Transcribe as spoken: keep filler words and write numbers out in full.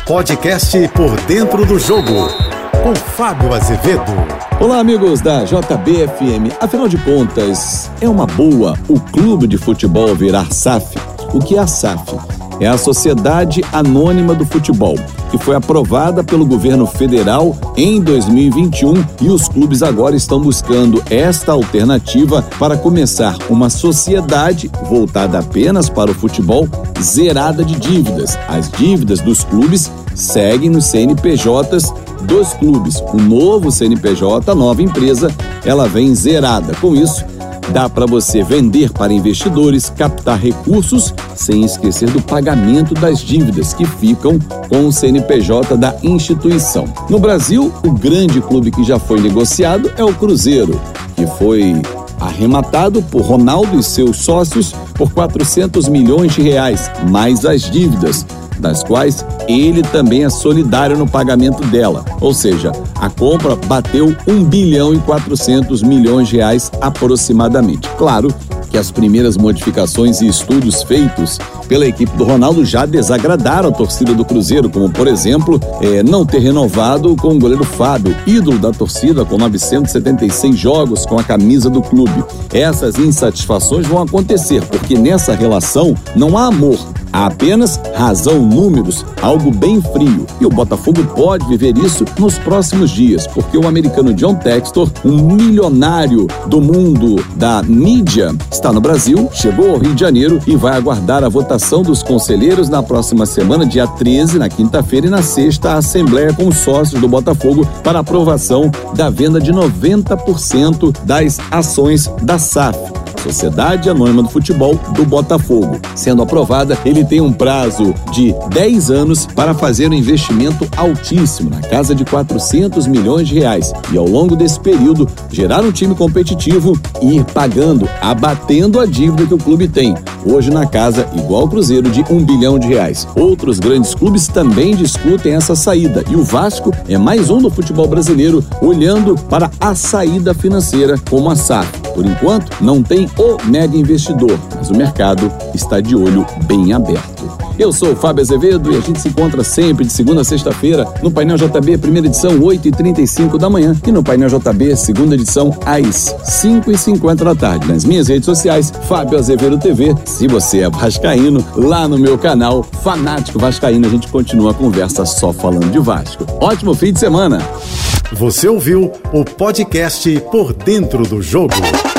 Podcast Por Dentro do Jogo, com Fábio Azevedo. Olá, amigos da J B F M. Afinal de contas, é uma boa o clube de futebol virar S A F? O que é a S A F? É a Sociedade Anônima do Futebol, que foi aprovada pelo governo federal em dois mil e vinte e um, e os clubes agora estão buscando esta alternativa para começar uma sociedade voltada apenas para o futebol, zerada de dívidas. As dívidas dos clubes seguem nos C N P Js dos clubes. O novo C N P J, a nova empresa, ela vem zerada. Com isso, dá para você vender para investidores, captar recursos, sem esquecer do pagamento das dívidas que ficam com o C N P J da instituição. No Brasil, o grande clube que já foi negociado é o Cruzeiro, que foi arrematado por Ronaldo e seus sócios por quatrocentos milhões de reais, mais as dívidas, das quais ele também é solidário no pagamento dela. Ou seja, a compra bateu um bilhão e quatrocentos milhões de reais aproximadamente. Claro que as primeiras modificações e estudos feitos pela equipe do Ronaldo já desagradaram a torcida do Cruzeiro, como, por exemplo, é, não ter renovado com o goleiro Fábio, ídolo da torcida, com novecentos e setenta e seis jogos com a camisa do clube. Essas insatisfações vão acontecer, porque nessa relação não há amor, há apenas razão, números, algo bem frio. E o Botafogo pode viver isso nos próximos dias, porque o americano John Textor, um milionário do mundo da mídia, está no Brasil, chegou ao Rio de Janeiro e vai aguardar a votação dos conselheiros na próxima semana, dia treze, na quinta-feira, e na sexta, a assembleia com os sócios do Botafogo para aprovação da venda de noventa por cento das ações da S A F, Sociedade Anônima do Futebol do Botafogo. Sendo aprovada, ele tem um prazo de dez anos para fazer um investimento altíssimo, na casa de quatrocentos milhões de reais, e ao longo desse período gerar um time competitivo e ir pagando, abatendo a dívida que o clube tem, hoje na casa, igual ao Cruzeiro, de um bilhão de reais. Outros grandes clubes também discutem essa saída, e o Vasco é mais um do futebol brasileiro olhando para a saída financeira como a S A F. Por enquanto, não tem o mega investidor, mas o mercado está de olho bem aberto. Eu sou o Fábio Azevedo e a gente se encontra sempre de segunda a sexta-feira no Painel J B, primeira edição, oito e trinta e cinco da manhã, e no Painel J B, segunda edição, às cinco e cinquenta da tarde. Nas minhas redes sociais, Fábio Azevedo T V. Se você é vascaíno, lá no meu canal, Fanático Vascaíno, a gente continua a conversa só falando de Vasco. Ótimo fim de semana! Você ouviu o podcast Por Dentro do Jogo.